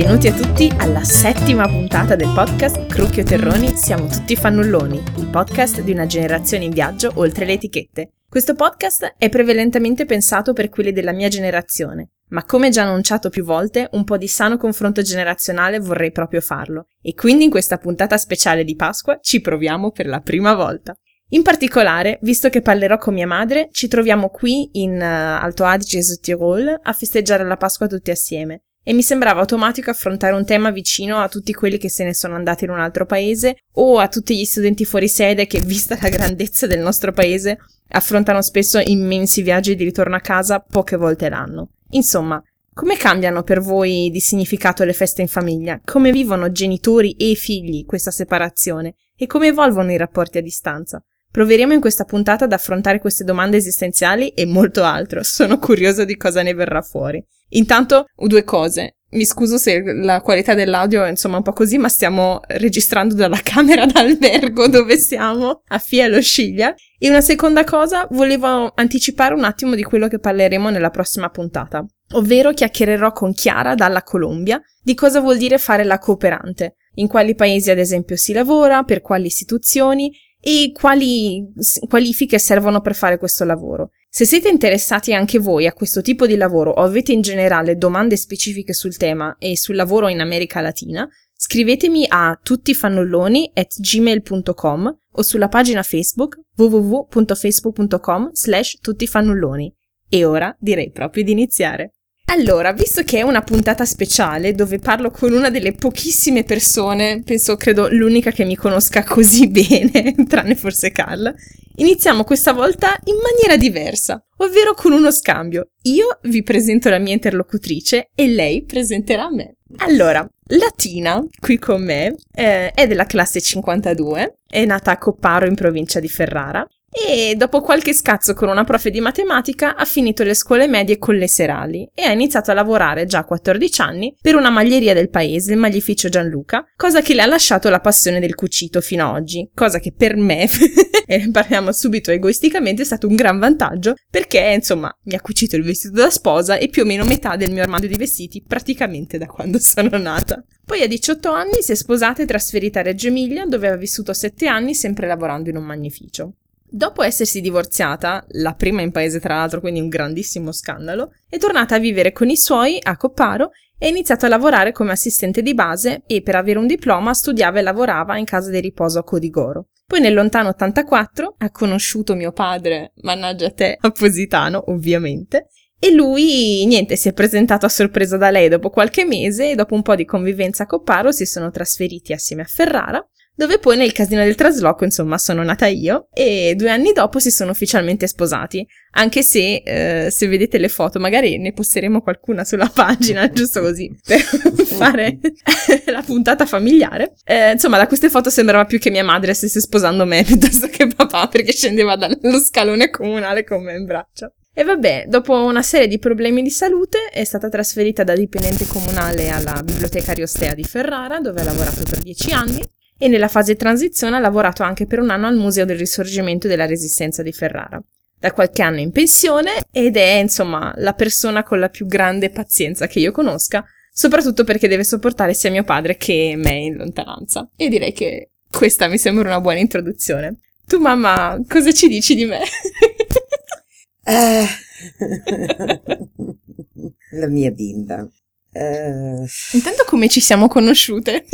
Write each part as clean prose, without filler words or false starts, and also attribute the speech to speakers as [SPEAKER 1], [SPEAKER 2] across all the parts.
[SPEAKER 1] Benvenuti a tutti alla 7ª puntata del podcast Crucchio Terroni Siamo tutti fannulloni, il podcast di una generazione in viaggio oltre le etichette. Questo podcast è prevalentemente pensato per quelli della mia generazione, ma come già annunciato più volte, un po' di sano confronto generazionale vorrei proprio farlo, e quindi in questa puntata speciale di Pasqua ci proviamo per la prima volta. In particolare, visto che parlerò con mia madre, ci troviamo qui in Alto Adige e Südtirol a festeggiare la Pasqua tutti assieme. E mi sembrava automatico affrontare un tema vicino a tutti quelli che se ne sono andati in un altro paese o a tutti gli studenti fuori sede che, vista la grandezza del nostro paese, affrontano spesso immensi viaggi di ritorno a casa poche volte l'anno. Insomma, come cambiano per voi di significato le feste in famiglia? Come vivono genitori e figli questa separazione? E come evolvono i rapporti a distanza? Proveremo in questa puntata ad affrontare queste domande esistenziali e molto altro. Sono curiosa di cosa ne verrà fuori. Intanto, due cose. Mi scuso se la qualità dell'audio è insomma un po' così, ma stiamo registrando dalla camera d'albergo dove siamo, a Fiesole Sciglia. E una seconda cosa, volevo anticipare un attimo di quello che parleremo nella prossima puntata. Ovvero chiacchiererò con Chiara dalla Colombia di cosa vuol dire fare la cooperante, in quali paesi ad esempio si lavora, per quali istituzioni e quali qualifiche servono per fare questo lavoro. Se siete interessati anche voi a questo tipo di lavoro o avete in generale domande specifiche sul tema e sul lavoro in America Latina, scrivetemi a tuttifannulloni@gmail.com o sulla pagina Facebook www.facebook.com/tuttifannulloni. E ora direi proprio di iniziare. Allora, visto che è una puntata speciale dove parlo con una delle pochissime persone, credo l'unica che mi conosca così bene, tranne forse Carla, iniziamo questa volta in maniera diversa, ovvero con uno scambio. Io vi presento la mia interlocutrice e lei presenterà me. Allora, Latina, qui con me, è della classe 52, è nata a Copparo in provincia di Ferrara, e dopo qualche scazzo con una profe di matematica ha finito le scuole medie con le serali e ha iniziato a lavorare già a 14 anni per una maglieria del paese, il Maglificio Gianluca, cosa che le ha lasciato la passione del cucito fino ad oggi, cosa che per me, e parliamo subito egoisticamente, è stato un gran vantaggio perché insomma mi ha cucito il vestito da sposa e più o meno metà del mio armadio di vestiti praticamente da quando sono nata. Poi a 18 anni si è sposata e trasferita a Reggio Emilia dove ha vissuto 7 anni sempre lavorando in un magnificio. Dopo essersi divorziata, la prima in paese tra l'altro, quindi un grandissimo scandalo, è tornata a vivere con i suoi a Copparo e ha iniziato a lavorare come assistente di base e per avere un diploma studiava e lavorava in casa di riposo a Codigoro. Poi nel lontano 84 ha conosciuto mio padre, mannaggia te, a Positano ovviamente, e lui, niente, si è presentato a sorpresa da lei dopo qualche mese e dopo un po' di convivenza a Copparo si sono trasferiti assieme a Ferrara, dove poi nel casino del trasloco, insomma, sono nata io e 2 anni dopo si sono ufficialmente sposati, anche se vedete le foto, magari ne posteremo qualcuna sulla pagina, giusto così, per fare la puntata familiare. Insomma, da queste foto sembrava più che mia madre stesse sposando me piuttosto che papà, perché scendeva dallo scalone comunale con me in braccio. E vabbè, dopo una serie di problemi di salute è stata trasferita da dipendente comunale alla Biblioteca Ariostea di Ferrara, dove ha lavorato per 10 anni. E nella fase di transizione ha lavorato anche per un anno al Museo del Risorgimento e della Resistenza di Ferrara. Da qualche anno è in pensione ed è, insomma, la persona con la più grande pazienza che io conosca, soprattutto perché deve sopportare sia mio padre che me in lontananza. E direi che questa mi sembra una buona introduzione. Tu, mamma, cosa ci dici di me?
[SPEAKER 2] La mia bimba.
[SPEAKER 1] Intanto come ci siamo conosciute?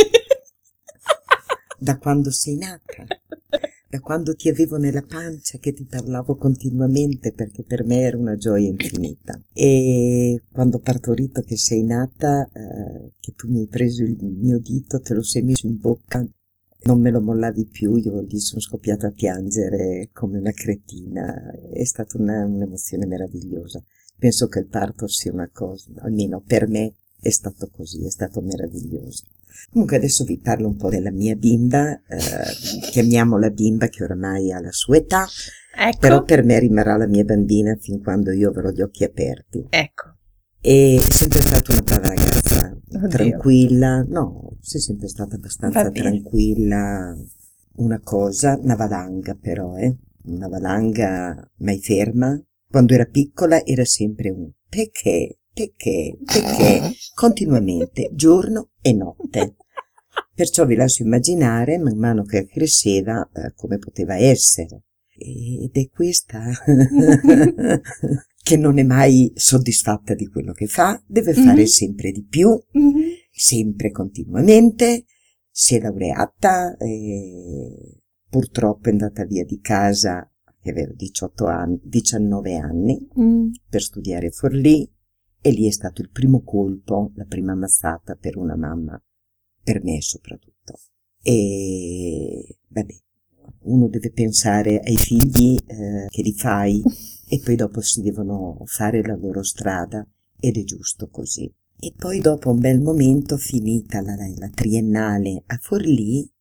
[SPEAKER 2] Da quando sei nata, da quando ti avevo nella pancia che ti parlavo continuamente perché per me era una gioia infinita. E quando ho partorito che sei nata, che tu mi hai preso il mio dito, te lo sei messo in bocca, non me lo mollavi più, io lì sono scoppiata a piangere come una cretina, è stata un'emozione meravigliosa. Penso che il parto sia una cosa, almeno per me è stato così, è stato meraviglioso. Comunque adesso vi parlo un po' della mia bimba, chiamiamola bimba che oramai ha la sua età,
[SPEAKER 1] Ecco.
[SPEAKER 2] Però per me rimarrà la mia bambina fin quando io avrò gli occhi aperti.
[SPEAKER 1] Ecco.
[SPEAKER 2] E è sempre stata una brava ragazza,
[SPEAKER 1] Oddio.
[SPEAKER 2] tranquilla, no, sei sempre stata
[SPEAKER 1] Va
[SPEAKER 2] abbastanza
[SPEAKER 1] bene.
[SPEAKER 2] tranquilla, una valanga però, una valanga mai ferma. Quando era piccola era sempre un perché Perché continuamente, giorno e notte. Perciò vi lascio immaginare, man mano che cresceva, come poteva essere. Ed è questa che non è mai soddisfatta di quello che fa, deve fare sempre di più, sempre continuamente. Si è laureata, purtroppo è andata via di casa che aveva 19 anni per studiare a Forlì, e lì è stato il primo colpo, la prima mazzata per una mamma, per me soprattutto. E vabbè, uno deve pensare ai figli che li fai e poi dopo si devono fare la loro strada, ed è giusto così. E poi dopo un bel momento, finita la triennale a Forlì,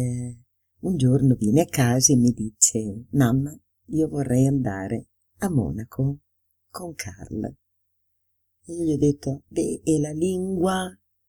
[SPEAKER 2] un giorno viene a casa e mi dice: mamma, io vorrei andare a Monaco con Carl. E io gli ho detto: beh, e la lingua,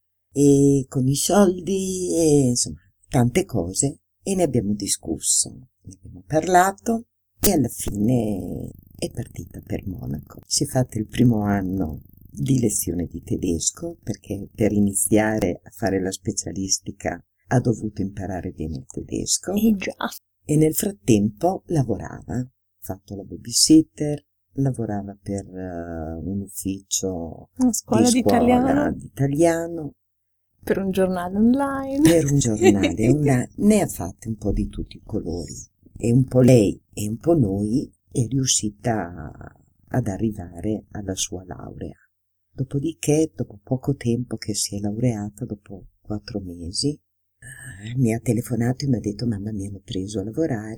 [SPEAKER 2] e con i soldi, e insomma tante cose, e ne abbiamo discusso, ne abbiamo parlato, e alla fine è partita per Monaco. Si è fatto il primo anno di lezione di tedesco, perché per iniziare a fare la specialistica ha dovuto imparare bene il tedesco.
[SPEAKER 1] Già.
[SPEAKER 2] E nel frattempo lavorava, ha fatto la babysitter, lavorava per un ufficio
[SPEAKER 1] Una scuola
[SPEAKER 2] di italiano,
[SPEAKER 1] per un giornale online.
[SPEAKER 2] Per un giornale online, ne ha fatte un po' di tutti i colori, e un po' lei e un po' noi è riuscita ad arrivare alla sua laurea. Dopodiché, dopo poco tempo che si è laureata, dopo 4 mesi, mi ha telefonato e mi ha detto: mamma, mi hanno preso a lavorare,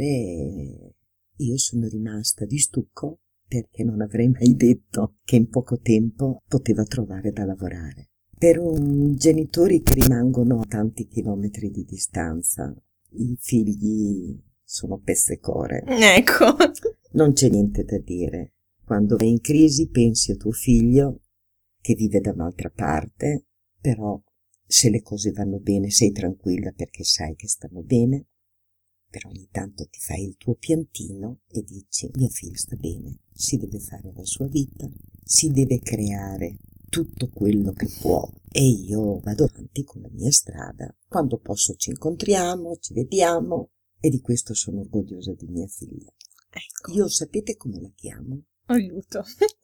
[SPEAKER 2] e io sono rimasta di stucco, perché non avrei mai detto che in poco tempo poteva trovare da lavorare. Per genitori che rimangono a tanti chilometri di distanza, i figli sono pestecore.
[SPEAKER 1] Ecco.
[SPEAKER 2] Non c'è niente da dire. Quando vai in crisi pensi a tuo figlio che vive da un'altra parte, però se le cose vanno bene sei tranquilla perché sai che stanno bene. Però ogni tanto ti fai il tuo piantino e dici: mio figlio sta bene, si deve fare la sua vita, si deve creare tutto quello che può, e io vado avanti con la mia strada. Quando posso ci incontriamo, ci vediamo, e di questo sono orgogliosa di mia figlia.
[SPEAKER 1] Ecco.
[SPEAKER 2] Io sapete come la chiamo?
[SPEAKER 1] Aiuto.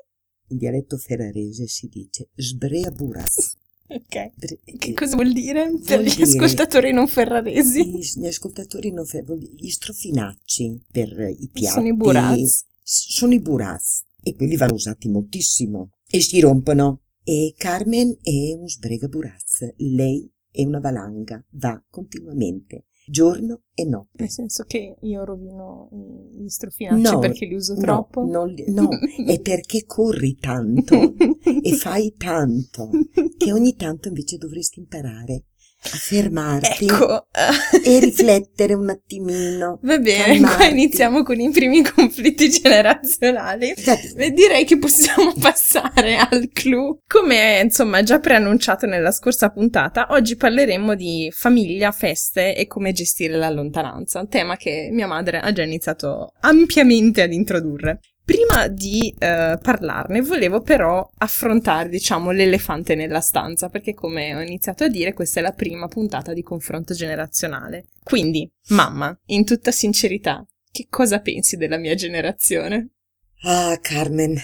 [SPEAKER 2] In dialetto ferrarese si dice sbreaburas.
[SPEAKER 1] Ok. Che cosa vuol dire per gli
[SPEAKER 2] dire
[SPEAKER 1] ascoltatori non ferraresi?
[SPEAKER 2] Gli ascoltatori non gli strofinacci per i piatti.
[SPEAKER 1] Sono i buraz.
[SPEAKER 2] Sono i buraz, e quelli vanno usati moltissimo e si rompono. E Carmen è un sbregaburaz, lei è una valanga, va continuamente, giorno e notte.
[SPEAKER 1] Nel senso che io rovino gli strofinacci perché li uso troppo?
[SPEAKER 2] No, è perché corri tanto e fai tanto, che ogni tanto invece dovresti imparare a fermarti,
[SPEAKER 1] ecco,
[SPEAKER 2] e riflettere un attimino.
[SPEAKER 1] Va bene,
[SPEAKER 2] calmarti.
[SPEAKER 1] qua iniziamo con i primi conflitti generazionali. E direi che possiamo passare al clou. Come insomma già preannunciato nella scorsa puntata, oggi parleremo di famiglia, feste e come gestire la lontananza, un tema che mia madre ha già iniziato ampiamente ad introdurre. Prima di parlarne volevo però affrontare, diciamo, l'elefante nella stanza, perché come ho iniziato a dire questa è la prima puntata di confronto generazionale. Quindi, mamma, in tutta sincerità, che cosa pensi della mia generazione?
[SPEAKER 2] Ah, Carmen,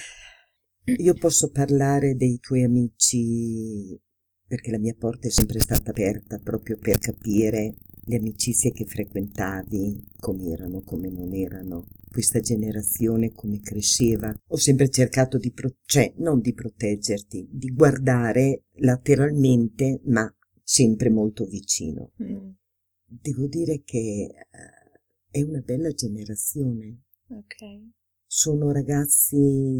[SPEAKER 2] io posso parlare dei tuoi amici, perché la mia porta è sempre stata aperta proprio per capire le amicizie che frequentavi, come erano, come non erano, questa generazione come cresceva. Ho sempre cercato non di proteggerti, di guardare lateralmente, ma sempre molto vicino. Devo dire che è una bella generazione.
[SPEAKER 1] Ok.
[SPEAKER 2] Sono ragazzi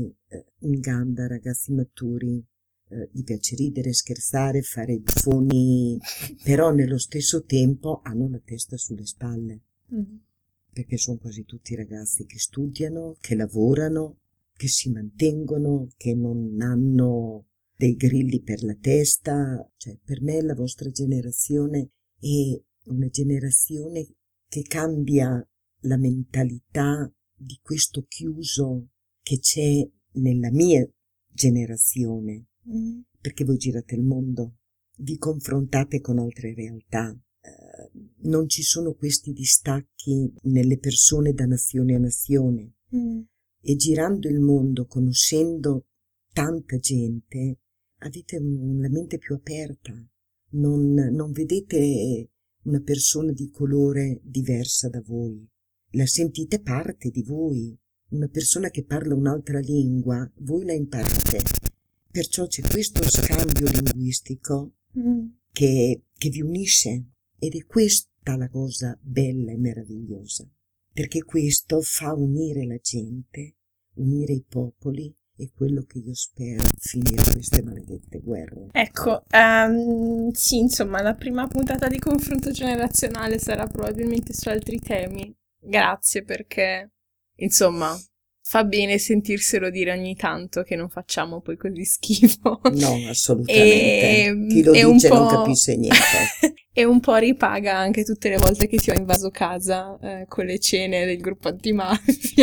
[SPEAKER 2] in gamba, ragazzi maturi, gli piace ridere, scherzare, fare i buffoni, però nello stesso tempo hanno la testa sulle spalle, perché sono quasi tutti ragazzi che studiano, che lavorano, che si mantengono, che non hanno dei grilli per la testa. Cioè, per me la vostra generazione è una generazione che cambia la mentalità di questo chiuso che c'è nella mia generazione. perché voi girate il mondo, vi confrontate con altre realtà, non ci sono questi distacchi nelle persone da nazione a nazione, e girando il mondo, conoscendo tanta gente, avete la mente più aperta, non vedete una persona di colore diversa da voi, la sentite parte di voi. Una persona che parla un'altra lingua, voi la imparate. Perciò c'è questo scambio linguistico che vi unisce, ed è questa la cosa bella e meravigliosa, perché questo fa unire la gente, unire i popoli, e quello che io spero, finire queste maledette guerre.
[SPEAKER 1] Ecco, sì, insomma, la prima puntata di confronto generazionale sarà probabilmente su altri temi. Grazie, perché, insomma, fa bene sentirselo dire ogni tanto che non facciamo poi così schifo.
[SPEAKER 2] No, assolutamente. Chi lo dice non capisce niente.
[SPEAKER 1] E un po' ripaga anche tutte le volte che ti ho invaso casa con le cene del gruppo antimafia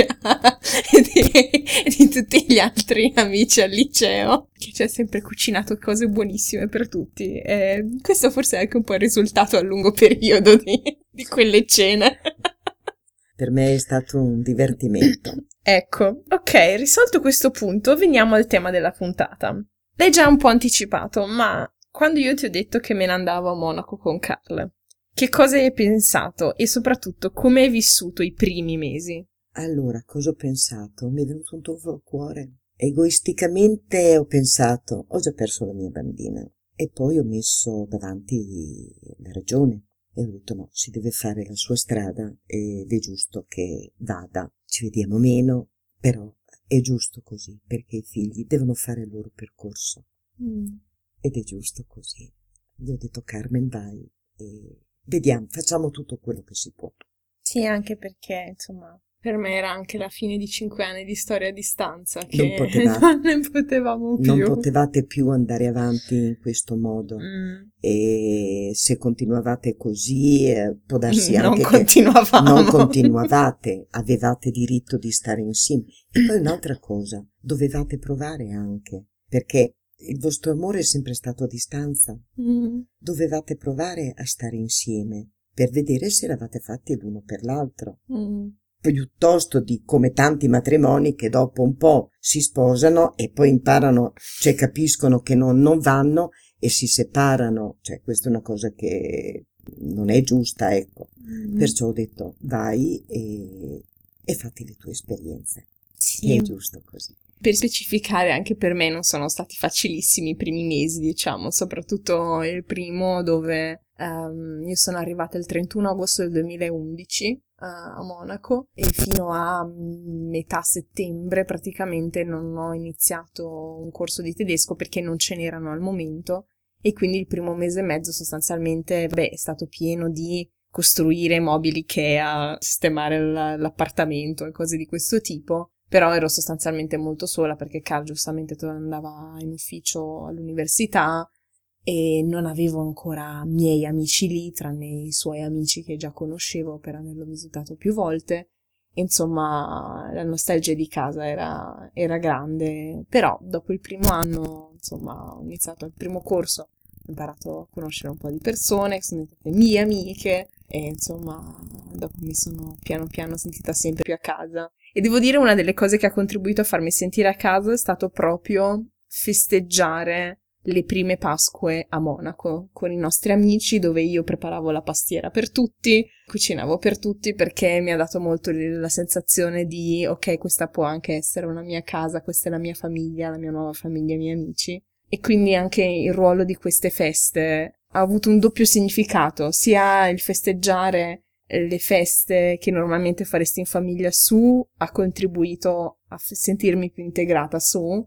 [SPEAKER 1] e di tutti gli altri amici al liceo, che ci ha sempre cucinato cose buonissime per tutti. E questo forse è anche un po' il risultato a lungo periodo di quelle cene.
[SPEAKER 2] Per me è stato un divertimento.
[SPEAKER 1] Ecco, ok, risolto questo punto, veniamo al tema della puntata. L'hai già un po' anticipato, ma quando io ti ho detto che me ne andavo a Monaco con Carl, che cosa hai pensato e soprattutto come hai vissuto i primi mesi?
[SPEAKER 2] Allora, cosa ho pensato? Mi è venuto un tonfo al cuore. Egoisticamente ho pensato, ho già perso la mia bambina, e poi ho messo davanti la ragione. E ho detto no, si deve fare la sua strada ed è giusto che vada. Ci vediamo meno, però è giusto così, perché i figli devono fare il loro percorso. Ed è giusto così. Gli ho detto Carmen vai e vediamo, facciamo tutto quello che si può.
[SPEAKER 1] Sì, anche perché, insomma, per me era anche la fine di 5 anni di storia a distanza, che non ne potevamo più.
[SPEAKER 2] Non potevate più andare avanti in questo modo. E se continuavate così, può darsi anche non continuavate, avevate diritto di stare insieme. E poi un'altra cosa, dovevate provare anche, perché il vostro amore è sempre stato a distanza. Dovevate provare a stare insieme per vedere se eravate fatti l'uno per l'altro. Piuttosto di come tanti matrimoni che dopo un po' si sposano e poi imparano, cioè capiscono che non vanno e si separano. Cioè questa è una cosa che non è giusta, ecco. Perciò ho detto vai e fatti le tue esperienze. Sì. Che è giusto così.
[SPEAKER 1] Per specificare, anche per me non sono stati facilissimi i primi mesi, diciamo, soprattutto il primo dove io sono arrivata il 31 agosto del 2011 a Monaco e fino a metà settembre praticamente non ho iniziato un corso di tedesco perché non ce n'erano al momento, e quindi il primo mese e mezzo sostanzialmente è stato pieno di costruire mobili Ikea, sistemare l'appartamento e cose di questo tipo. Però ero sostanzialmente molto sola perché Carl giustamente andava in ufficio all'università e non avevo ancora miei amici lì, tranne i suoi amici che già conoscevo per averlo visitato più volte. Insomma, la nostalgia di casa era grande, però dopo il primo anno, insomma, ho iniziato il primo corso, ho imparato a conoscere un po' di persone che sono diventate mie amiche e insomma, dopo mi sono piano piano sentita sempre più a casa. E devo dire una delle cose che ha contribuito a farmi sentire a casa è stato proprio festeggiare le prime Pasque a Monaco con i nostri amici, dove io preparavo la pastiera per tutti, cucinavo per tutti, perché mi ha dato molto la sensazione di ok, questa può anche essere una mia casa, questa è la mia famiglia, la mia nuova famiglia, i miei amici. E quindi anche il ruolo di queste feste ha avuto un doppio significato, sia il festeggiare le feste che normalmente faresti in famiglia su ha contribuito a sentirmi più integrata su,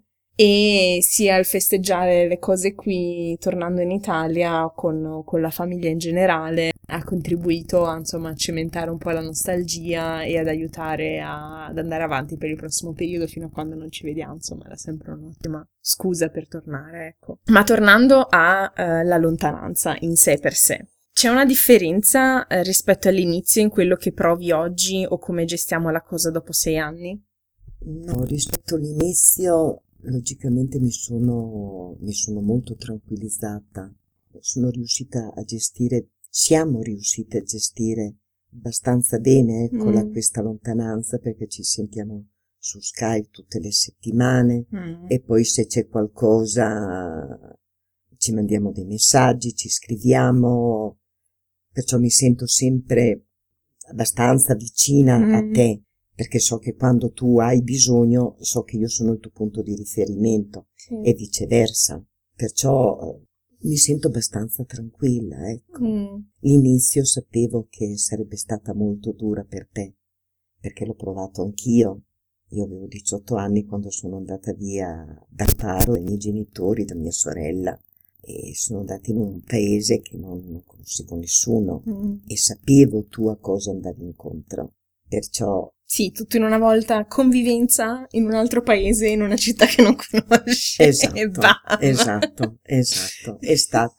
[SPEAKER 1] e sia il festeggiare le cose qui tornando in Italia con la famiglia in generale ha contribuito a, insomma, a cementare un po' la nostalgia e ad aiutare ad andare avanti per il prossimo periodo fino a quando non ci vediamo. Insomma, era sempre un'ottima scusa per tornare, ecco. Ma tornando alla lontananza in sé per sé, c'è una differenza rispetto all'inizio in quello che provi oggi o come gestiamo la cosa dopo 6 anni?
[SPEAKER 2] No, rispetto all'inizio logicamente mi sono molto tranquillizzata, sono riuscita a gestire, siamo riuscite a gestire abbastanza bene, ecco, questa lontananza, perché ci sentiamo su Skype tutte le settimane e poi se c'è qualcosa ci mandiamo dei messaggi, ci scriviamo, perciò mi sento sempre abbastanza vicina a te, perché so che quando tu hai bisogno, so che io sono il tuo punto di riferimento e viceversa, perciò mi sento abbastanza tranquilla, ecco. L'inizio sapevo che sarebbe stata molto dura per te, perché l'ho provato anch'io. Io avevo 18 anni quando sono andata via da Paro, dai miei genitori, da mia sorella, e sono andata in un paese che non conoscevo nessuno e sapevo tu a cosa andavi incontro, perciò...
[SPEAKER 1] Sì, tutto in una volta, convivenza in un altro paese, in una città che non conosci.
[SPEAKER 2] Esatto, è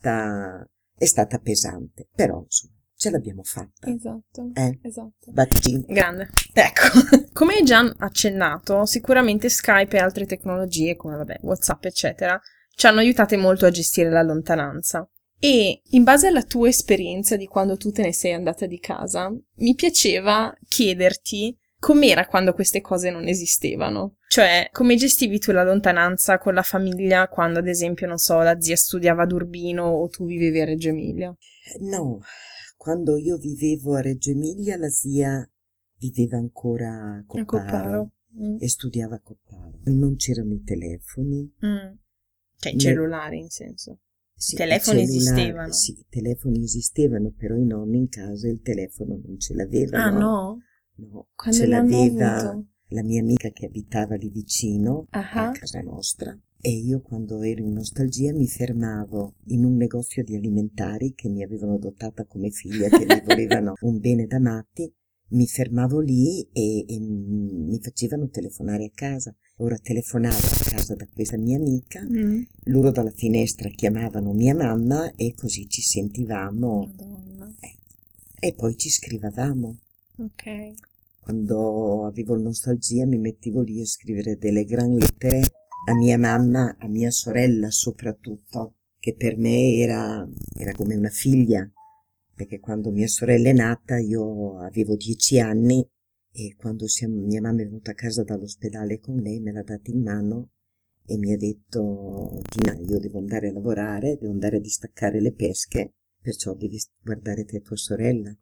[SPEAKER 2] stata pesante, però insomma ce l'abbiamo fatta.
[SPEAKER 1] Esatto.
[SPEAKER 2] Bacci.
[SPEAKER 1] Grande. Ecco, come hai già accennato, sicuramente Skype e altre tecnologie come WhatsApp eccetera ci hanno aiutate molto a gestire la lontananza. E in base alla tua esperienza di quando tu te ne sei andata di casa, mi piaceva chiederti com'era quando queste cose non esistevano. Cioè, come gestivi tu la lontananza con la famiglia quando, ad esempio, non so, la zia studiava ad Urbino o tu vivevi a Reggio Emilia?
[SPEAKER 2] No, quando io vivevo a Reggio Emilia la zia viveva ancora a Copparo e studiava a Copparo. Non c'erano i telefoni.
[SPEAKER 1] Cioè, i cellulari, in senso.
[SPEAKER 2] Sì,
[SPEAKER 1] I telefoni esistevano.
[SPEAKER 2] Sì, i telefoni esistevano, però i nonni in casa il telefono non ce l'avevano.
[SPEAKER 1] Ah, no?
[SPEAKER 2] No,
[SPEAKER 1] Quando
[SPEAKER 2] ce
[SPEAKER 1] l'hanno
[SPEAKER 2] l'aveva
[SPEAKER 1] avuto?
[SPEAKER 2] la mia amica che abitava lì vicino, a casa nostra, e io quando ero in nostalgia mi fermavo in un negozio di alimentari che mi avevano dotata come figlia, che mi volevano un bene da matti, mi fermavo lì e mi facevano telefonare a casa. Ora telefonavo a casa da questa mia amica, loro dalla finestra chiamavano mia mamma e così ci sentivamo.
[SPEAKER 1] Madonna.
[SPEAKER 2] E poi ci scrivevamo.
[SPEAKER 1] Ok.
[SPEAKER 2] Quando avevo nostalgia mi mettevo lì a scrivere delle gran lettere a mia mamma, a mia sorella soprattutto, che per me era come una figlia, perché quando mia sorella è nata io avevo 10 anni e quando mia mamma è venuta a casa dall'ospedale con lei me l'ha data in mano e mi ha detto: Tina, io devo andare a lavorare, devo andare a distaccare le pesche, perciò devi guardare te e tua sorella.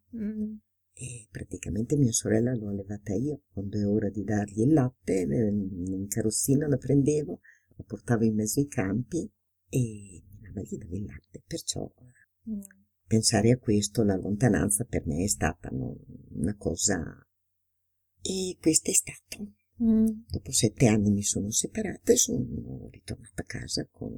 [SPEAKER 2] E praticamente mia sorella l'ho allevata io. Quando è ora di dargli il latte, in carrozzina la prendevo, la portavo in mezzo ai campi e mia mamma gli dava il latte. Perciò pensare a questo, la lontananza per me è stata una cosa... E questo è stato. Dopo 7 anni mi sono separata e sono ritornata a casa con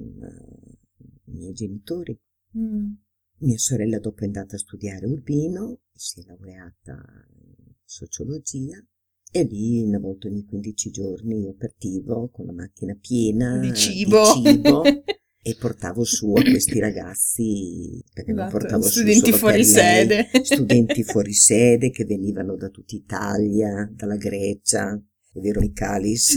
[SPEAKER 2] i miei genitori. Mia sorella dopo è andata a studiare a Urbino, si è laureata in sociologia e lì una volta ogni 15 giorni io partivo con la macchina piena
[SPEAKER 1] di cibo
[SPEAKER 2] e portavo su a questi ragazzi, perché non portavo
[SPEAKER 1] studenti
[SPEAKER 2] su solo
[SPEAKER 1] fuori
[SPEAKER 2] per lei,
[SPEAKER 1] sede.
[SPEAKER 2] studenti fuori sede che venivano da tutta Italia, dalla Grecia, è vero Michalis?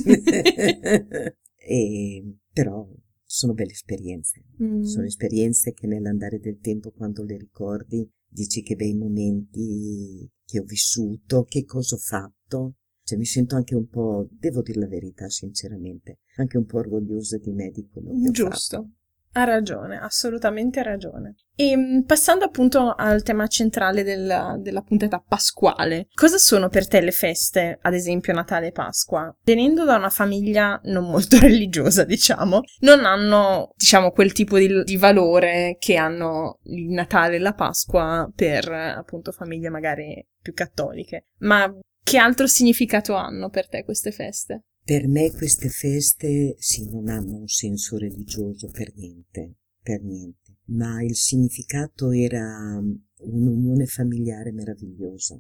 [SPEAKER 2] Però sono belle esperienze, sono esperienze che nell'andare del tempo, quando le ricordi, dici che bei momenti che ho vissuto, che cosa ho fatto. Cioè mi sento anche un po', devo dire la verità sinceramente, anche un po' orgogliosa di me, di quello che ho fatto.
[SPEAKER 1] Ha ragione, assolutamente ragione. E passando appunto al tema centrale della puntata pasquale, cosa sono per te le feste, ad esempio Natale e Pasqua? Venendo da una famiglia non molto religiosa, diciamo, non hanno, diciamo, quel tipo di valore che hanno il Natale e la Pasqua per appunto famiglie magari più cattoliche. Ma che altro significato hanno per te queste feste?
[SPEAKER 2] Per me queste feste sì, non hanno un senso religioso per niente, ma il significato era un'unione familiare meravigliosa,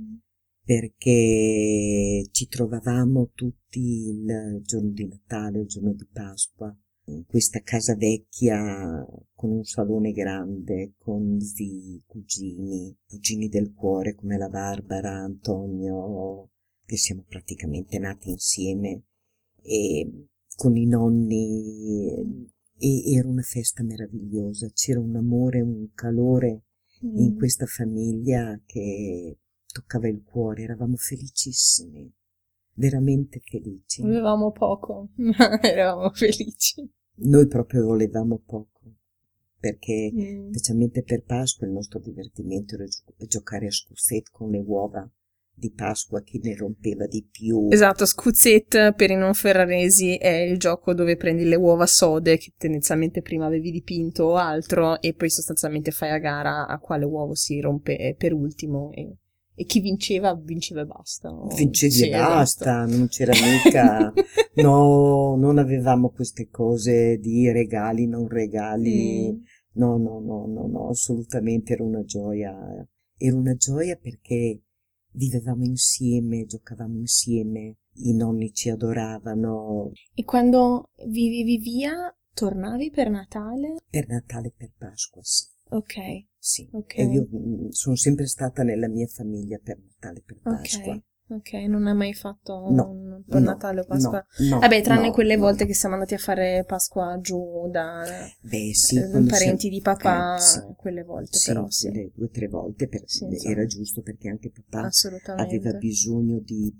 [SPEAKER 2] perché ci trovavamo tutti il giorno di Natale, il giorno di Pasqua, in questa casa vecchia con un salone grande, con zii, cugini del cuore come la Barbara, Antonio, che siamo praticamente nati insieme e con i nonni, e era una festa meravigliosa, c'era un amore, un calore in questa famiglia che toccava il cuore, eravamo felicissimi, veramente felici.
[SPEAKER 1] Avevamo poco, ma eravamo felici.
[SPEAKER 2] Noi proprio volevamo poco, perché specialmente per Pasqua il nostro divertimento era giocare a scussette con le uova di Pasqua, chi ne rompeva di più.
[SPEAKER 1] Esatto, scuzzette per i non ferraresi è il gioco dove prendi le uova sode che tendenzialmente prima avevi dipinto o altro e poi sostanzialmente fai a gara a quale uovo si rompe per ultimo e chi vinceva e basta.
[SPEAKER 2] Vincevi
[SPEAKER 1] Sì,
[SPEAKER 2] e basta,
[SPEAKER 1] esatto.
[SPEAKER 2] non c'era mica, no, non avevamo queste cose di regali, non regali, no, assolutamente era una gioia perché vivevamo insieme, giocavamo insieme, i nonni ci adoravano.
[SPEAKER 1] E quando vivevi via, tornavi per Natale?
[SPEAKER 2] Per Natale e per Pasqua, sì.
[SPEAKER 1] Ok,
[SPEAKER 2] Sì,
[SPEAKER 1] ok.
[SPEAKER 2] e io sono sempre stata nella mia famiglia per Natale e per Pasqua.
[SPEAKER 1] Ok, non hai mai fatto
[SPEAKER 2] No,
[SPEAKER 1] per
[SPEAKER 2] no,
[SPEAKER 1] Natale o Pasqua?
[SPEAKER 2] no,
[SPEAKER 1] Vabbè, tranne
[SPEAKER 2] no,
[SPEAKER 1] quelle
[SPEAKER 2] no.
[SPEAKER 1] volte che siamo andati a fare Pasqua giù da
[SPEAKER 2] Beh, sì, quando
[SPEAKER 1] parenti di papà,
[SPEAKER 2] sì,
[SPEAKER 1] quelle volte
[SPEAKER 2] sì,
[SPEAKER 1] però sì.
[SPEAKER 2] quelle 2 o 3 volte
[SPEAKER 1] Sì,
[SPEAKER 2] era
[SPEAKER 1] insomma,
[SPEAKER 2] giusto perché anche papà aveva
[SPEAKER 1] assolutamente.
[SPEAKER 2] bisogno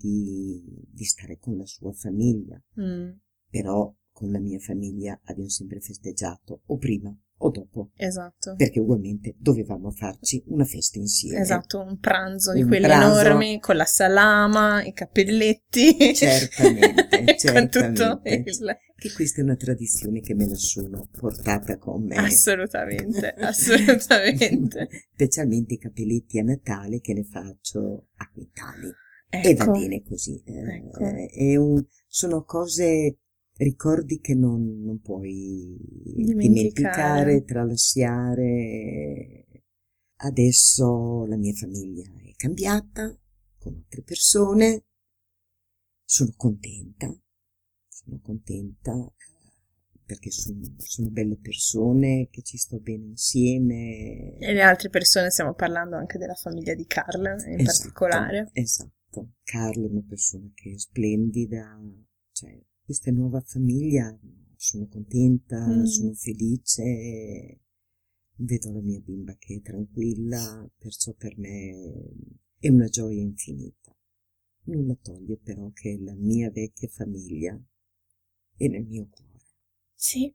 [SPEAKER 2] di stare con la sua famiglia, però con la mia famiglia abbiamo sempre festeggiato o prima o dopo,
[SPEAKER 1] Esatto.
[SPEAKER 2] perché ugualmente dovevamo farci una festa insieme.
[SPEAKER 1] Esatto, un pranzo di
[SPEAKER 2] Un
[SPEAKER 1] quelli
[SPEAKER 2] pranzo.
[SPEAKER 1] enormi con la salama, i cappelletti.
[SPEAKER 2] Certamente,
[SPEAKER 1] Con tutto
[SPEAKER 2] certamente.
[SPEAKER 1] il...
[SPEAKER 2] Che questa è una tradizione che me la sono portata con me.
[SPEAKER 1] Assolutamente, assolutamente.
[SPEAKER 2] Specialmente i capelletti a Natale che ne faccio a quintali. E va
[SPEAKER 1] Ecco,
[SPEAKER 2] bene così.
[SPEAKER 1] ecco.
[SPEAKER 2] Sono cose, ricordi che non puoi
[SPEAKER 1] Dimenticare.
[SPEAKER 2] dimenticare, tralasciare. Adesso la mia famiglia è cambiata con altre persone. Sono contenta perché sono belle persone che ci sto bene insieme.
[SPEAKER 1] E le altre persone, stiamo parlando anche della famiglia di Carl in particolare.
[SPEAKER 2] Esatto. Carla è una persona che è splendida, cioè questa nuova famiglia, sono contenta, sono felice, vedo la mia bimba che è tranquilla, perciò per me è una gioia infinita. Nulla toglie però che la mia vecchia famiglia è nel mio cuore.
[SPEAKER 1] Sì,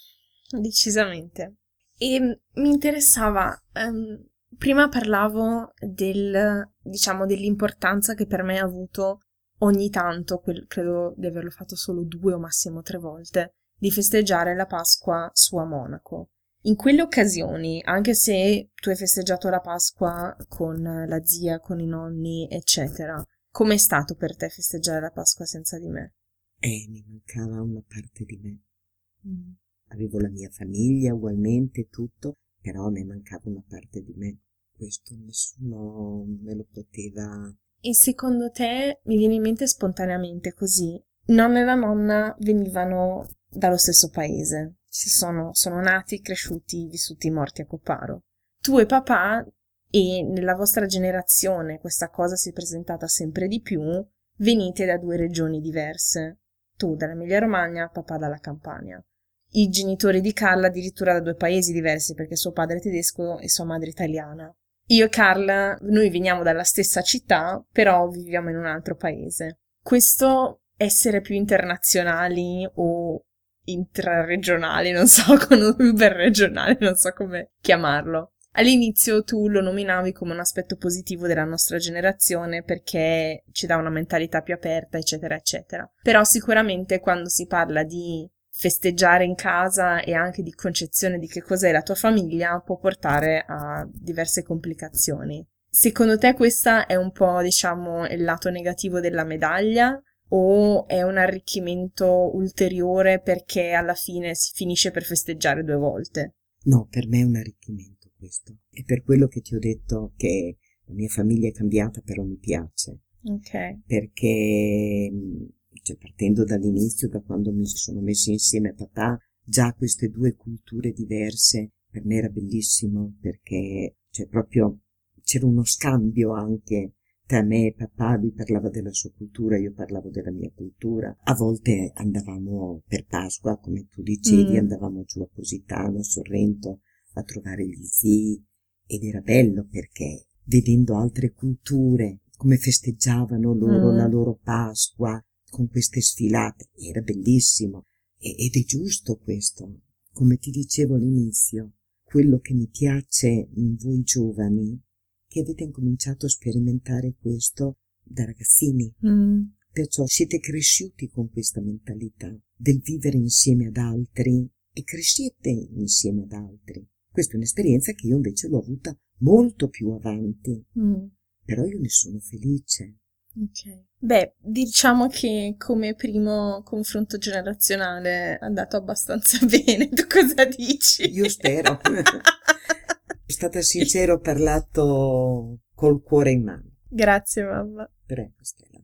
[SPEAKER 1] decisamente. E mi interessava, prima parlavo diciamo, dell'importanza che per me ha avuto ogni tanto, credo di averlo fatto solo 2 o massimo 3 volte, di festeggiare la Pasqua su a Monaco. In quelle occasioni, anche se tu hai festeggiato la Pasqua con la zia, con i nonni, eccetera, com'è stato per te festeggiare la Pasqua senza di me?
[SPEAKER 2] Mi mancava una parte di me. Avevo la mia famiglia ugualmente, tutto, però a me mancava una parte di me. Questo nessuno me lo poteva...
[SPEAKER 1] E secondo te, mi viene in mente spontaneamente così, nonna e la nonna venivano dallo stesso paese, sono nati, cresciuti, vissuti, morti a Copparo. Tu e papà, e nella vostra generazione questa cosa si è presentata sempre di più, venite da 2 regioni diverse. Tu dall'Emilia Romagna, papà dalla Campania. I genitori di Carla addirittura da 2 paesi diversi perché suo padre è tedesco e sua madre italiana. Io e Carla, noi veniamo dalla stessa città, però viviamo in un altro paese. Questo essere più internazionali o intraregionali, non so, con un Uber regionale, non so come chiamarlo. All'inizio tu lo nominavi come un aspetto positivo della nostra generazione perché ci dà una mentalità più aperta, eccetera, eccetera. Però sicuramente quando si parla di festeggiare in casa e anche di concezione di che cos'è la tua famiglia può portare a diverse complicazioni. Secondo te questa è un po', diciamo, il lato negativo della medaglia o è un arricchimento ulteriore perché alla fine si finisce per festeggiare 2 volte?
[SPEAKER 2] No, per me è un arricchimento questo. È per quello che ti ho detto che la mia famiglia è cambiata, però mi piace.
[SPEAKER 1] Ok.
[SPEAKER 2] Perché... cioè partendo dall'inizio, da quando mi sono messi insieme a papà, già queste 2 culture diverse, per me era bellissimo perché cioè proprio c'era uno scambio anche a me papà lui parlava della sua cultura, io parlavo della mia cultura. A volte andavamo per Pasqua, come tu dicevi, andavamo giù a Positano, a Sorrento, a trovare gli zii, ed era bello perché vedendo altre culture, come festeggiavano loro la loro Pasqua, con queste sfilate, era bellissimo. Ed è giusto questo. Come ti dicevo all'inizio, quello che mi piace in voi giovani, che avete incominciato a sperimentare questo da ragazzini. Perciò siete cresciuti con questa mentalità del vivere insieme ad altri e crescete insieme ad altri. Questa è un'esperienza che io invece l'ho avuta molto più avanti, però io ne sono felice.
[SPEAKER 1] Ok. Beh, diciamo che come primo confronto generazionale è andato abbastanza bene, tu cosa dici?
[SPEAKER 2] Io spero. È stata sincera, ho parlato col cuore in mano.
[SPEAKER 1] Grazie, mamma.
[SPEAKER 2] Prego, Stella.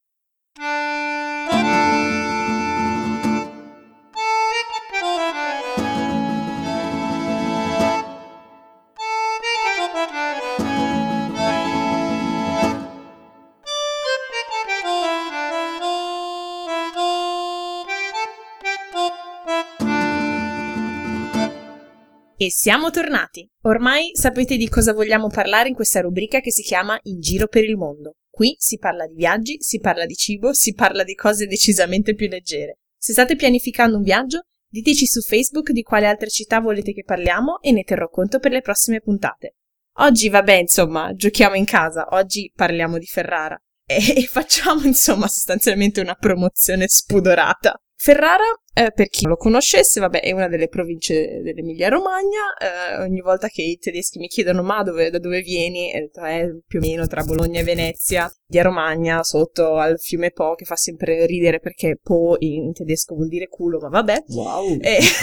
[SPEAKER 1] E siamo tornati! Ormai sapete di cosa vogliamo parlare in questa rubrica che si chiama In giro per il mondo. Qui si parla di viaggi, si parla di cibo, si parla di cose decisamente più leggere. Se state pianificando un viaggio, diteci su Facebook di quale altre città volete che parliamo e ne terrò conto per le prossime puntate. Oggi, vabbè, insomma, giochiamo in casa, oggi parliamo di Ferrara e facciamo, insomma, sostanzialmente una promozione spudorata. Ferrara, per chi non lo conoscesse, vabbè, è una delle province dell'Emilia-Romagna. Ogni volta che i tedeschi mi chiedono da dove vieni, ho detto, più o meno tra Bologna e Venezia, via Romagna, sotto al fiume Po, che fa sempre ridere perché Po in tedesco vuol dire culo, ma vabbè.
[SPEAKER 2] Wow!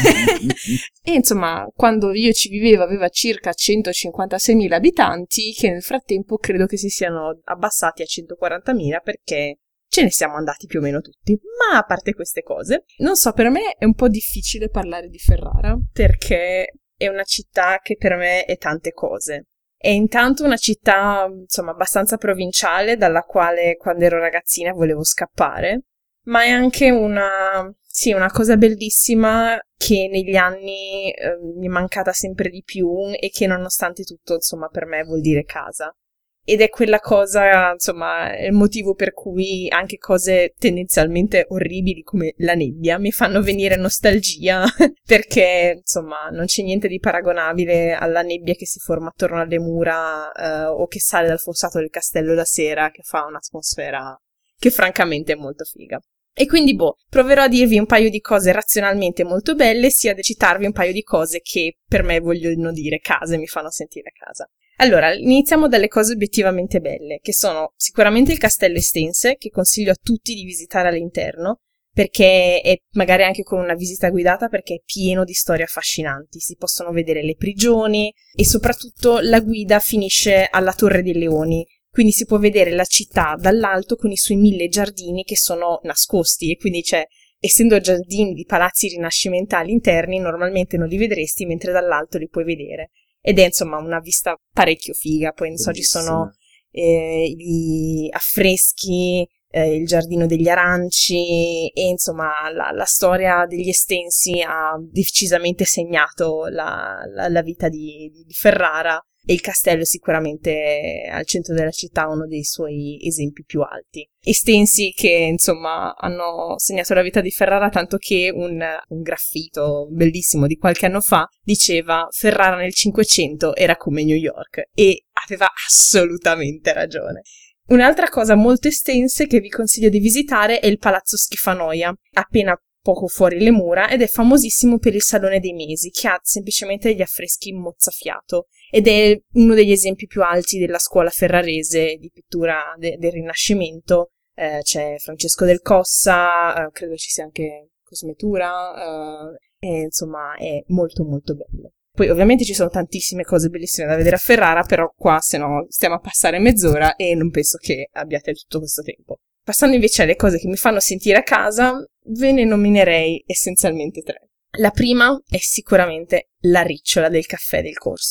[SPEAKER 1] E insomma, quando io ci vivevo aveva circa 156.000 abitanti, che nel frattempo credo che si siano abbassati a 140.000 perché ce ne siamo andati più o meno tutti. Ma a parte queste cose, non so, per me è un po' difficile parlare di Ferrara perché è una città che per me è tante cose. È intanto una città, insomma, abbastanza provinciale, dalla quale quando ero ragazzina volevo scappare, ma è anche una cosa bellissima che negli anni mi è mancata sempre di più e che nonostante tutto, insomma, per me vuol dire casa. Ed è quella cosa, insomma, è il motivo per cui anche cose tendenzialmente orribili come la nebbia mi fanno venire nostalgia, perché, insomma, non c'è niente di paragonabile alla nebbia che si forma attorno alle mura o che sale dal fossato del castello la sera, che fa un'atmosfera che francamente è molto figa. E quindi, proverò a dirvi un paio di cose razionalmente molto belle, sia da citarvi un paio di cose che per me vogliono dire casa e mi fanno sentire a casa. Allora, iniziamo dalle cose obiettivamente belle, che sono sicuramente il Castello Estense, che consiglio a tutti di visitare all'interno, perché è magari anche con una visita guidata, perché è pieno di storie affascinanti. Si possono vedere le prigioni e soprattutto la guida finisce alla Torre dei Leoni, quindi si può vedere la città dall'alto con i suoi 1000 giardini che sono nascosti e quindi essendo giardini di palazzi rinascimentali interni, normalmente non li vedresti, mentre dall'alto li puoi vedere. Ed è insomma una vista parecchio figa. Poi non so, ci sono gli affreschi, il giardino degli aranci e insomma la storia degli Estensi ha decisamente segnato la vita di Ferrara, e il castello è sicuramente al centro della città uno dei suoi esempi più alti. Estensi che insomma hanno segnato la vita di Ferrara, tanto che un graffito bellissimo di qualche anno fa diceva Ferrara nel 500 era come New York, e aveva assolutamente ragione. Un'altra cosa molto estensa che vi consiglio di visitare è il Palazzo Schifanoia, appena poco fuori le mura, ed è famosissimo per il Salone dei Mesi, che ha semplicemente degli affreschi mozzafiato, ed è uno degli esempi più alti della scuola ferrarese di pittura del Rinascimento. C'è Francesco del Cossa, credo ci sia anche Cosmetura, e insomma è molto molto bello. Poi ovviamente ci sono tantissime cose bellissime da vedere a Ferrara, però qua se no stiamo a passare mezz'ora e non penso che abbiate tutto questo tempo. Passando invece alle cose che mi fanno sentire a casa, ve ne nominerei essenzialmente 3. La prima è sicuramente la ricciola del caffè del Corso.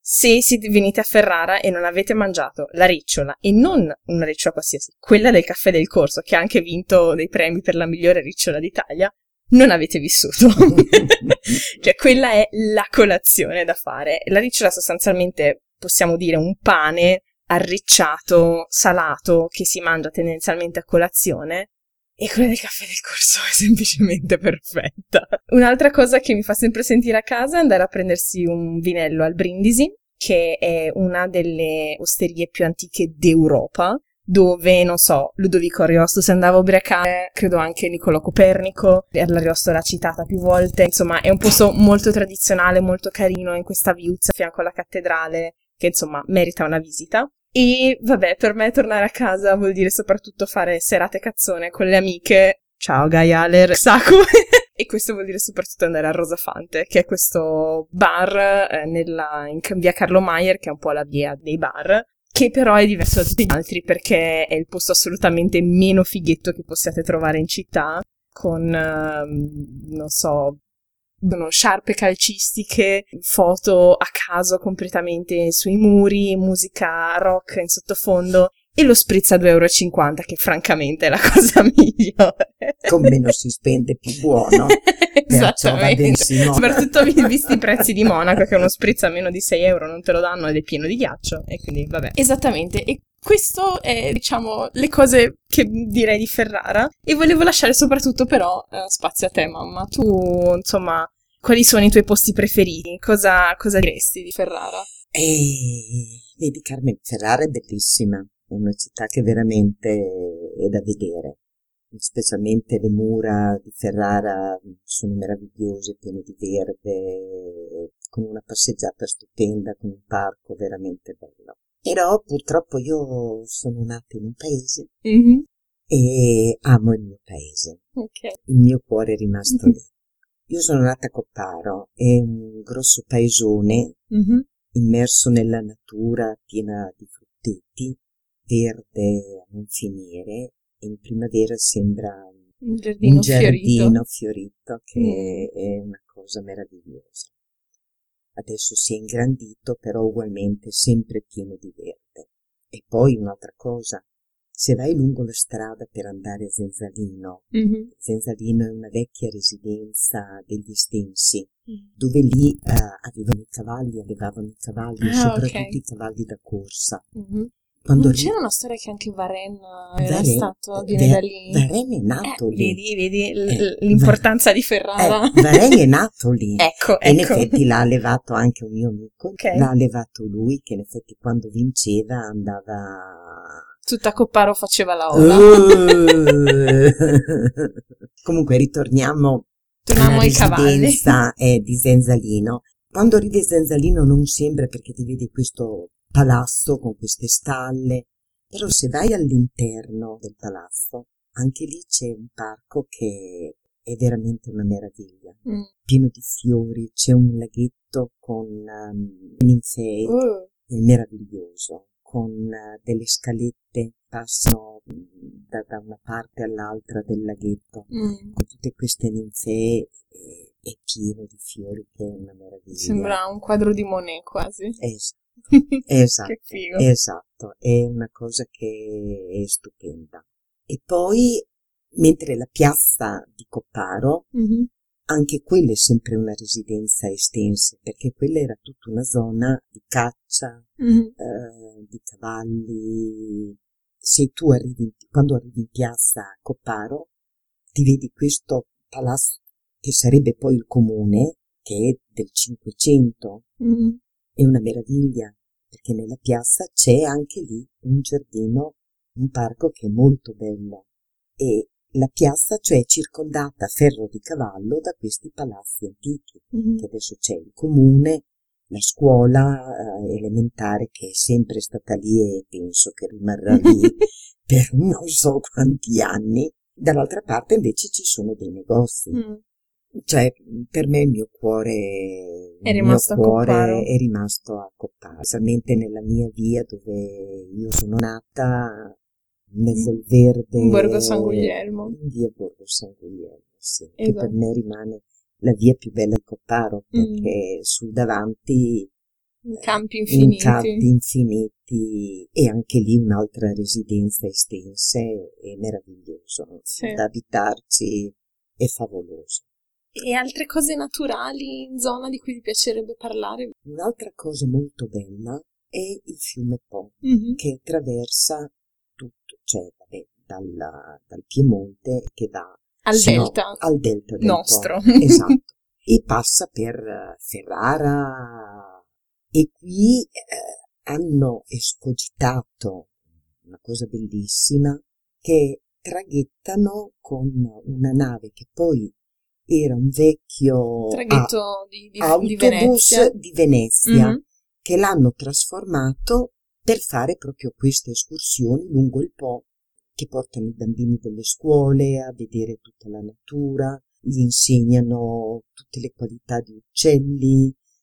[SPEAKER 1] se venite a Ferrara e non avete mangiato la ricciola, e non una ricciola qualsiasi, quella del Caffè del Corso, che ha anche vinto dei premi per la migliore ricciola d'Italia, non avete vissuto. Cioè, quella è la colazione da fare. La ricciola sostanzialmente, possiamo dire, un pane arricciato, salato, che si mangia tendenzialmente a colazione, e quella del Caffè del Corso è semplicemente perfetta. Un'altra cosa che mi fa sempre sentire a casa è andare a prendersi un vinello al Brindisi, che è una delle osterie più antiche d'Europa, dove, non so, Ludovico Ariosto si andava a ubriacare, credo anche Niccolò Copernico, l'Ariosto l'ha citata più volte, insomma è un posto molto tradizionale, molto carino, in questa viuzza a fianco alla cattedrale, che insomma merita una visita. E vabbè, per me tornare a casa vuol dire soprattutto fare serate cazzone con le amiche. Ciao Gaialer, Saku. E questo vuol dire soprattutto andare a Rosafante, che è questo bar in via Carlo Maier, che è un po' la via dei bar, che però è diverso da tutti gli altri perché è il posto assolutamente meno fighetto che possiate trovare in città, con, non so, sciarpe calcistiche, foto a caso completamente sui muri, musica rock in sottofondo e lo spritz a 2,50 €, che francamente è la cosa migliore.
[SPEAKER 2] Con meno si spende, più buono.
[SPEAKER 1] Esattamente. Soprattutto visti i prezzi di Monaco, che uno spritz a meno di 6 € non te lo danno ed è pieno di ghiaccio, e quindi vabbè. Esattamente, e questo è, diciamo, le cose che direi di Ferrara, e volevo lasciare soprattutto però spazio a te, mamma. Tu, insomma, quali sono i tuoi posti preferiti? Cosa diresti di Ferrara?
[SPEAKER 2] Vedi Carmen, Ferrara è bellissima, è una città che veramente è da vedere, specialmente le mura di Ferrara sono meravigliose, piene di verde, con una passeggiata stupenda, con un parco veramente bello. Però purtroppo io sono nata in un paese e amo il mio paese, il mio cuore è rimasto lì. Io sono nata a Copparo, è un grosso paesone immerso nella natura, piena di frutteti, verde a non finire, e in primavera sembra un giardino fiorito che è una cosa meravigliosa. Adesso si è ingrandito, però ugualmente sempre pieno di verde. E poi un'altra cosa, se vai lungo la strada per andare a Zenzalino, Zenzalino è una vecchia residenza degli Stensi, dove lì avevano i cavalli, allevavano i cavalli, soprattutto i cavalli da corsa.
[SPEAKER 1] Non c'era una storia che anche Varennes era stato, viene da lì.
[SPEAKER 2] Varennes è nato lì.
[SPEAKER 1] Vedi l'importanza di Ferrara.
[SPEAKER 2] Varennes è nato lì.
[SPEAKER 1] Ecco.
[SPEAKER 2] E in effetti l'ha allevato anche un mio amico, l'ha allevato lui, che in effetti quando vinceva andava...
[SPEAKER 1] Tutta Copparo faceva la ola.
[SPEAKER 2] Comunque torniamo
[SPEAKER 1] ai cavalli
[SPEAKER 2] di Zenzalino. Quando arrivi a Zenzalino non sembra, perché ti vedi questo palazzo con queste stalle, però se vai all'interno del palazzo anche lì c'è un parco che è veramente una meraviglia, pieno di fiori, c'è un laghetto con ninfei, è meraviglioso, con delle scalette passano da una parte all'altra del laghetto, con tutte queste ninfee, è pieno di fiori, che è una meraviglia.
[SPEAKER 1] Sembra un quadro di Monet quasi.
[SPEAKER 2] Esatto,
[SPEAKER 1] che figo.
[SPEAKER 2] Esatto, è una cosa che è stupenda. E poi, mentre la piazza di Copparo, anche quella è sempre una residenza estensa, perché quella era tutta una zona di caccia, di cavalli. Se tu quando arrivi in piazza a Copparo, ti vedi questo palazzo che sarebbe poi il comune, che è del 500, è una meraviglia, perché nella piazza c'è anche lì un giardino, un parco che è molto bello, e la piazza, cioè, è circondata a ferro di cavallo da questi palazzi antichi, che adesso c'è il comune, la scuola elementare, che è sempre stata lì e penso che rimarrà lì per non so quanti anni. Dall'altra parte invece ci sono dei negozi. Cioè, per me il mio cuore
[SPEAKER 1] è rimasto
[SPEAKER 2] a Copparo, specialmente nella mia via dove io sono nata, in mezzo al verde,
[SPEAKER 1] Borgo San Guglielmo.
[SPEAKER 2] Via Borgo San Guglielmo, sì, esatto. Che per me rimane la via più bella di Copparo, perché sul davanti
[SPEAKER 1] campi
[SPEAKER 2] in campi infiniti, e anche lì un'altra residenza estensa e meraviglioso.
[SPEAKER 1] Sì.
[SPEAKER 2] Da abitarci è favoloso.
[SPEAKER 1] E altre cose naturali in zona di cui ti piacerebbe parlare?
[SPEAKER 2] Un'altra cosa molto bella è il fiume Po,
[SPEAKER 1] Mhm.
[SPEAKER 2] che attraversa tutto, cioè dal Piemonte che va
[SPEAKER 1] Al delta
[SPEAKER 2] al delta del
[SPEAKER 1] nostro.
[SPEAKER 2] Po, esatto, e passa per Ferrara, e qui hanno escogitato una cosa bellissima, che traghettano con una nave che poi era un vecchio
[SPEAKER 1] Traghetto di
[SPEAKER 2] autobus
[SPEAKER 1] Venezia.
[SPEAKER 2] di Venezia,
[SPEAKER 1] Mhm.
[SPEAKER 2] che l'hanno trasformato per fare proprio queste escursioni lungo il Po, che portano i bambini delle scuole a vedere tutta la natura, gli insegnano tutte le qualità di uccelli,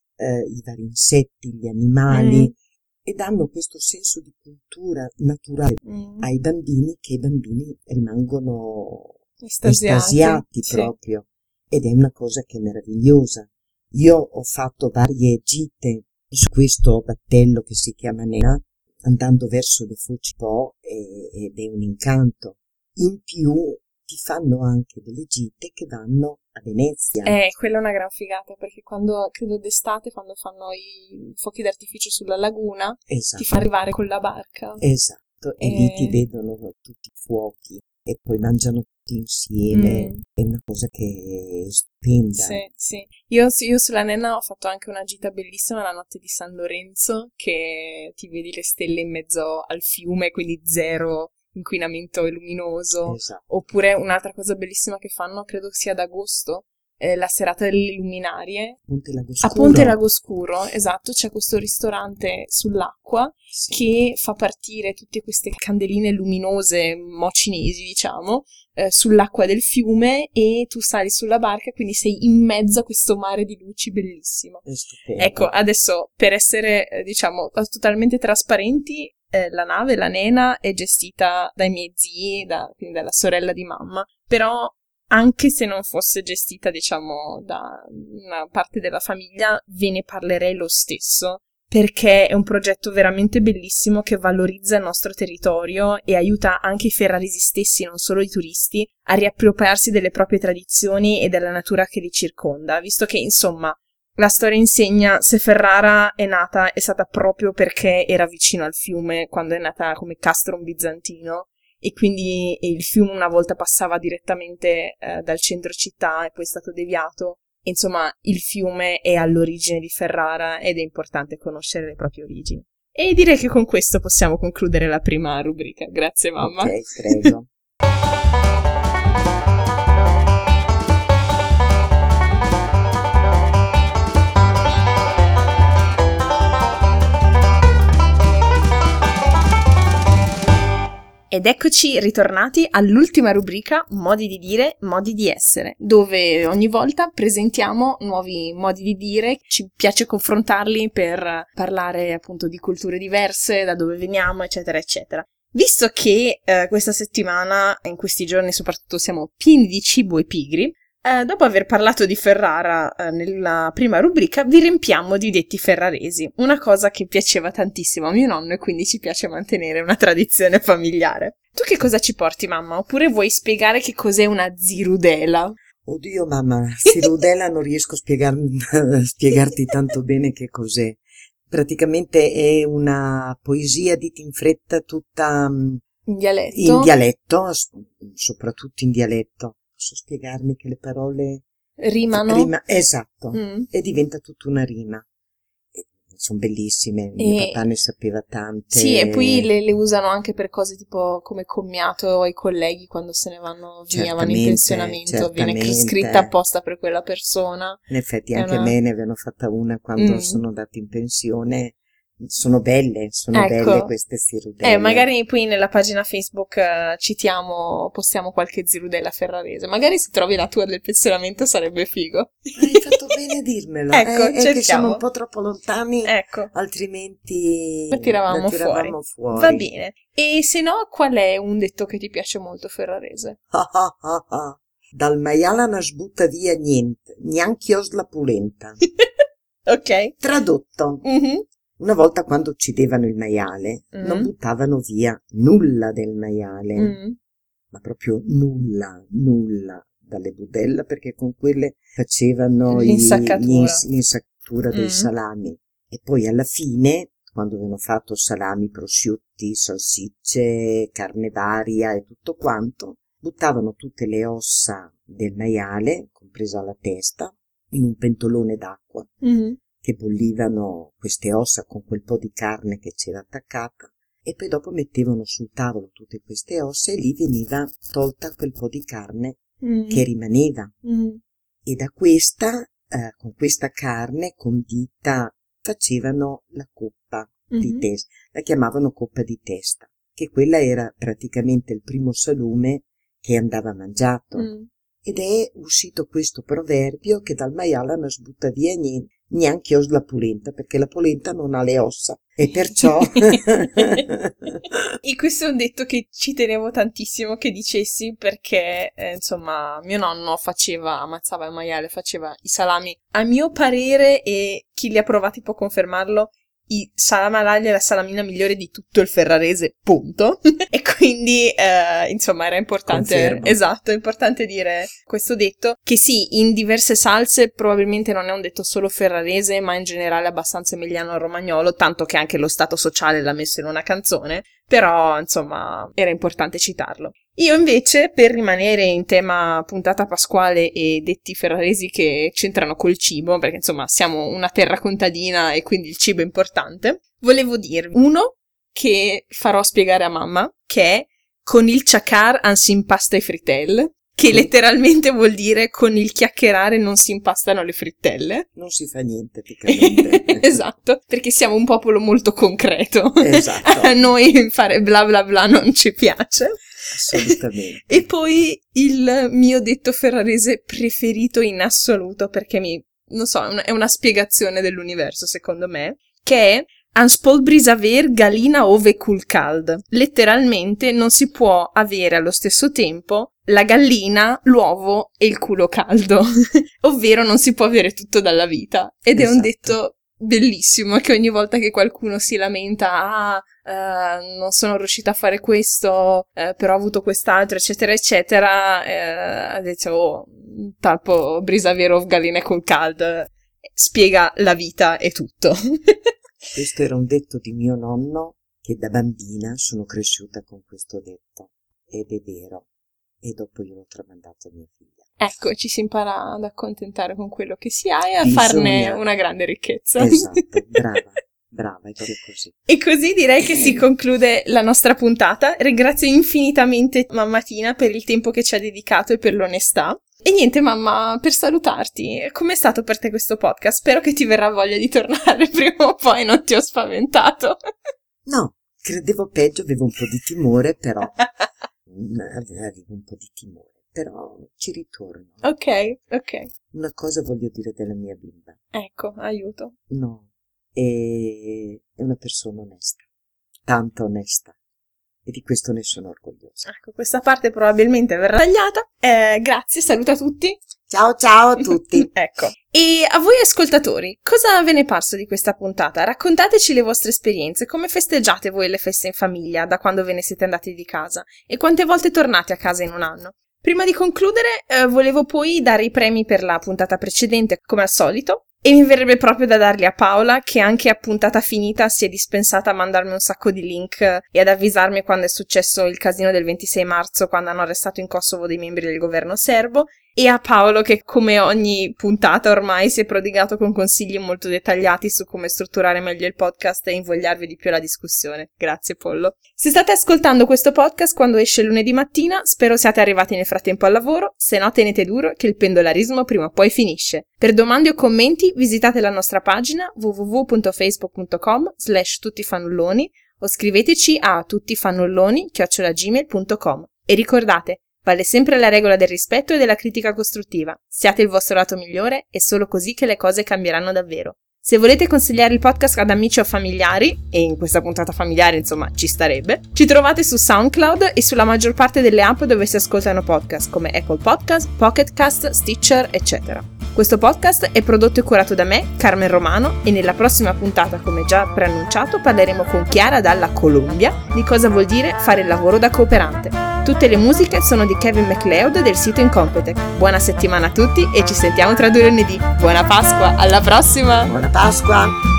[SPEAKER 2] i vari insetti, gli animali, e danno questo senso di cultura naturale ai bambini, che i bambini rimangono estasiati
[SPEAKER 1] Sì.
[SPEAKER 2] proprio, ed è una cosa che è meravigliosa. Io ho fatto varie gite su questo battello che si chiama Nena, andando verso le foci Po, ed è un incanto. In più ti fanno anche delle gite che vanno a Venezia.
[SPEAKER 1] Quella è una gran figata, perché quando, credo d'estate, quando fanno i fuochi d'artificio sulla laguna,
[SPEAKER 2] Esatto.
[SPEAKER 1] ti fa arrivare con la barca.
[SPEAKER 2] Esatto, e lì ti vedono tutti i fuochi e poi mangiano tutti insieme. È una cosa che è stupenda.
[SPEAKER 1] Sì, sì. Io sulla Nena ho fatto anche una gita bellissima la notte di San Lorenzo, che ti vedi le stelle in mezzo al fiume, quindi zero inquinamento luminoso.
[SPEAKER 2] Esatto.
[SPEAKER 1] Oppure un'altra cosa bellissima che fanno, credo sia ad agosto, la serata delle luminarie. A Ponte Lago Scuro, esatto, c'è questo ristorante sull'acqua, sì, che fa partire tutte queste candeline luminose, mo' cinesi diciamo, sull'acqua del fiume, e tu sali sulla barca, quindi sei in mezzo a questo mare di luci bellissimo. Ecco, adesso, per essere diciamo totalmente trasparenti, la nave, la Nena, è gestita dai miei zii, quindi dalla sorella di mamma, però anche se non fosse gestita, diciamo, da una parte della famiglia, ve ne parlerei lo stesso, perché è un progetto veramente bellissimo che valorizza il nostro territorio e aiuta anche i ferraresi stessi, non solo i turisti, a riappropriarsi delle proprie tradizioni e della natura che li circonda, visto che, insomma, la storia insegna, se Ferrara è stata proprio perché era vicino al fiume quando è nata come castrum bizantino, e quindi il fiume una volta passava direttamente dal centro città e poi è stato deviato. Insomma, il fiume è all'origine di Ferrara ed è importante conoscere le proprie origini. E direi che con questo possiamo concludere la prima rubrica. Grazie mamma.
[SPEAKER 2] Ok, prego.
[SPEAKER 1] Ed eccoci ritornati all'ultima rubrica, modi di dire, modi di essere, dove ogni volta presentiamo nuovi modi di dire, ci piace confrontarli per parlare appunto di culture diverse, da dove veniamo, eccetera, eccetera. Visto che questa settimana, in questi giorni soprattutto, siamo pieni di cibo e pigri, dopo aver parlato di Ferrara nella prima rubrica, vi riempiamo di detti ferraresi, una cosa che piaceva tantissimo a mio nonno e quindi ci piace mantenere una tradizione familiare. Tu che cosa ci porti, mamma? Oppure vuoi spiegare che cos'è una zirudela?
[SPEAKER 2] Oddio mamma, zirudela non riesco a spiegarti tanto bene che cos'è. Praticamente è una poesia dita in fretta, tutta
[SPEAKER 1] in dialetto.
[SPEAKER 2] In dialetto, soprattutto in dialetto. Posso spiegarmi che le parole
[SPEAKER 1] rimano?
[SPEAKER 2] Esatto, e diventa tutta una rima. Sono bellissime, mio papà ne sapeva tante.
[SPEAKER 1] Sì, e poi le usano anche per cose tipo come commiato ai colleghi quando se ne vanno via, vanno in pensionamento, viene scritta apposta per quella persona.
[SPEAKER 2] In effetti anche a me ne avevano fatta una quando sono andata in pensione. Sono belle queste zirudelle.
[SPEAKER 1] Magari poi nella pagina Facebook postiamo qualche zirudella ferrarese. Magari se trovi la tua del pensionamento sarebbe figo.
[SPEAKER 2] Hai fatto bene a dirmelo.
[SPEAKER 1] Ecco,
[SPEAKER 2] è che siamo un po' troppo lontani, altrimenti
[SPEAKER 1] la tiravamo fuori. Va bene. E se no, qual è un detto che ti piace molto ferrarese?
[SPEAKER 2] Dal maiale non sbutta via niente, neanche os la pulenta.
[SPEAKER 1] Ok.
[SPEAKER 2] Tradotto.
[SPEAKER 1] Mm-hmm.
[SPEAKER 2] Una volta quando uccidevano il maiale, non buttavano via nulla del maiale, ma proprio nulla dalle budella, perché con quelle facevano l'insaccatura dei salami. E poi alla fine, quando avevano fatto salami, prosciutti, salsicce, carne varia e tutto quanto, buttavano tutte le ossa del maiale, compresa la testa, in un pentolone d'acqua. Che bollivano queste ossa con quel po' di carne che c'era attaccata, e poi dopo mettevano sul tavolo tutte queste ossa e lì veniva tolta quel po' di carne che rimaneva. E da questa, con questa carne condita, facevano la coppa di testa, la chiamavano coppa di testa, che quella era praticamente il primo salume che andava mangiato. Ed è uscito questo proverbio che dal maiale non sbutta via niente, neanche os la polenta, perché la polenta non ha le ossa, e perciò
[SPEAKER 1] E questo è un detto che ci tenevo tantissimo che dicessi, perché insomma mio nonno ammazzava il maiale, faceva i salami, a mio parere, e chi li ha provati può confermarlo, i salami all'aglio è la salamina migliore di tutto il ferrarese, punto. E quindi insomma era importante.
[SPEAKER 2] Confermo.
[SPEAKER 1] Esatto, è importante dire questo detto, che sì, in diverse salse probabilmente non è un detto solo ferrarese, ma in generale abbastanza emiliano-romagnolo, tanto che anche lo stato sociale l'ha messo in una canzone, però insomma era importante citarlo. Io invece, per rimanere in tema puntata pasquale e detti ferraresi che c'entrano col cibo, perché insomma siamo una terra contadina e quindi il cibo è importante, volevo dirvi uno che farò spiegare a mamma, che è con il ciacar an si impasta i frittelle, che letteralmente vuol dire con il chiacchierare non si impastano le frittelle.
[SPEAKER 2] Non si fa niente, praticamente.
[SPEAKER 1] Esatto, perché siamo un popolo molto concreto.
[SPEAKER 2] Esatto.
[SPEAKER 1] A noi fare bla bla bla non ci piace.
[SPEAKER 2] Assolutamente.
[SPEAKER 1] E poi il mio detto ferrarese preferito in assoluto, perché non so, è una spiegazione dell'universo secondo me, che è ans pol bris aver galina ove cul cald. Letteralmente non si può avere allo stesso tempo la gallina, l'uovo e il culo caldo, ovvero non si può avere tutto dalla vita. Ed è un detto bellissimo, che ogni volta che qualcuno si lamenta, non sono riuscita a fare questo, però ho avuto quest'altro, eccetera, eccetera, ha detto, talpo brisa vero galline col cald, spiega la vita e tutto.
[SPEAKER 2] Questo era un detto di mio nonno, che da bambina sono cresciuta con questo detto, ed è vero, e dopo io l'ho tramandato a mia figlia.
[SPEAKER 1] Ecco, ci si impara ad accontentare con quello che si ha e a farne una grande ricchezza.
[SPEAKER 2] Esatto, brava, è proprio così.
[SPEAKER 1] E così direi che si conclude la nostra puntata. Ringrazio infinitamente mamma Tina per il tempo che ci ha dedicato e per l'onestà. E niente, mamma, per salutarti, com'è stato per te questo podcast? Spero che ti verrà voglia di tornare prima o poi, non ti ho spaventato.
[SPEAKER 2] No, credevo peggio, avevo un po' di timore, però avevo un po' di timore, però ci ritorno.
[SPEAKER 1] Ok.
[SPEAKER 2] Una cosa voglio dire della mia bimba.
[SPEAKER 1] Ecco, aiuto.
[SPEAKER 2] No, è una persona onesta, tanto onesta. E di questo ne sono orgogliosa.
[SPEAKER 1] Ecco, questa parte probabilmente verrà tagliata. Grazie, saluto a tutti.
[SPEAKER 2] Ciao a tutti.
[SPEAKER 1] Ecco. E a voi ascoltatori, cosa ve ne è parso di questa puntata? Raccontateci le vostre esperienze, come festeggiate voi le feste in famiglia da quando ve ne siete andati di casa e quante volte tornate a casa in un anno. Prima di concludere, volevo poi dare i premi per la puntata precedente, come al solito. E mi verrebbe proprio da darli a Paola, che anche a puntata finita si è dispensata a mandarmi un sacco di link e ad avvisarmi quando è successo il casino del 26 marzo, quando hanno arrestato in Kosovo dei membri del governo serbo, e a Paolo che, come ogni puntata ormai, si è prodigato con consigli molto dettagliati su come strutturare meglio il podcast e invogliarvi di più alla discussione. Grazie, Pollo. Se state ascoltando questo podcast quando esce lunedì mattina, spero siate arrivati nel frattempo al lavoro, se no tenete duro che il pendolarismo prima o poi finisce. Per domande o commenti visitate la nostra pagina www.facebook.com/tuttifannulloni o scriveteci a tuttifannulloni@gmail.com. E ricordate, vale sempre la regola del rispetto e della critica costruttiva. Siate il vostro lato migliore, è solo così che le cose cambieranno davvero. Se volete consigliare il podcast ad amici o familiari, e in questa puntata familiare insomma ci starebbe, ci trovate su SoundCloud e sulla maggior parte delle app dove si ascoltano podcast come Apple Podcast, Pocket Cast, Stitcher, eccetera. Questo podcast è prodotto e curato da me, Carmen Romano, e nella prossima puntata, come già preannunciato, parleremo con Chiara dalla Colombia di cosa vuol dire fare il lavoro da cooperante. Tutte le musiche sono di Kevin MacLeod del sito Incompetech. Buona settimana a tutti e ci sentiamo tra 2 lunedì. Buona Pasqua, alla prossima!
[SPEAKER 2] Buona Pasqua!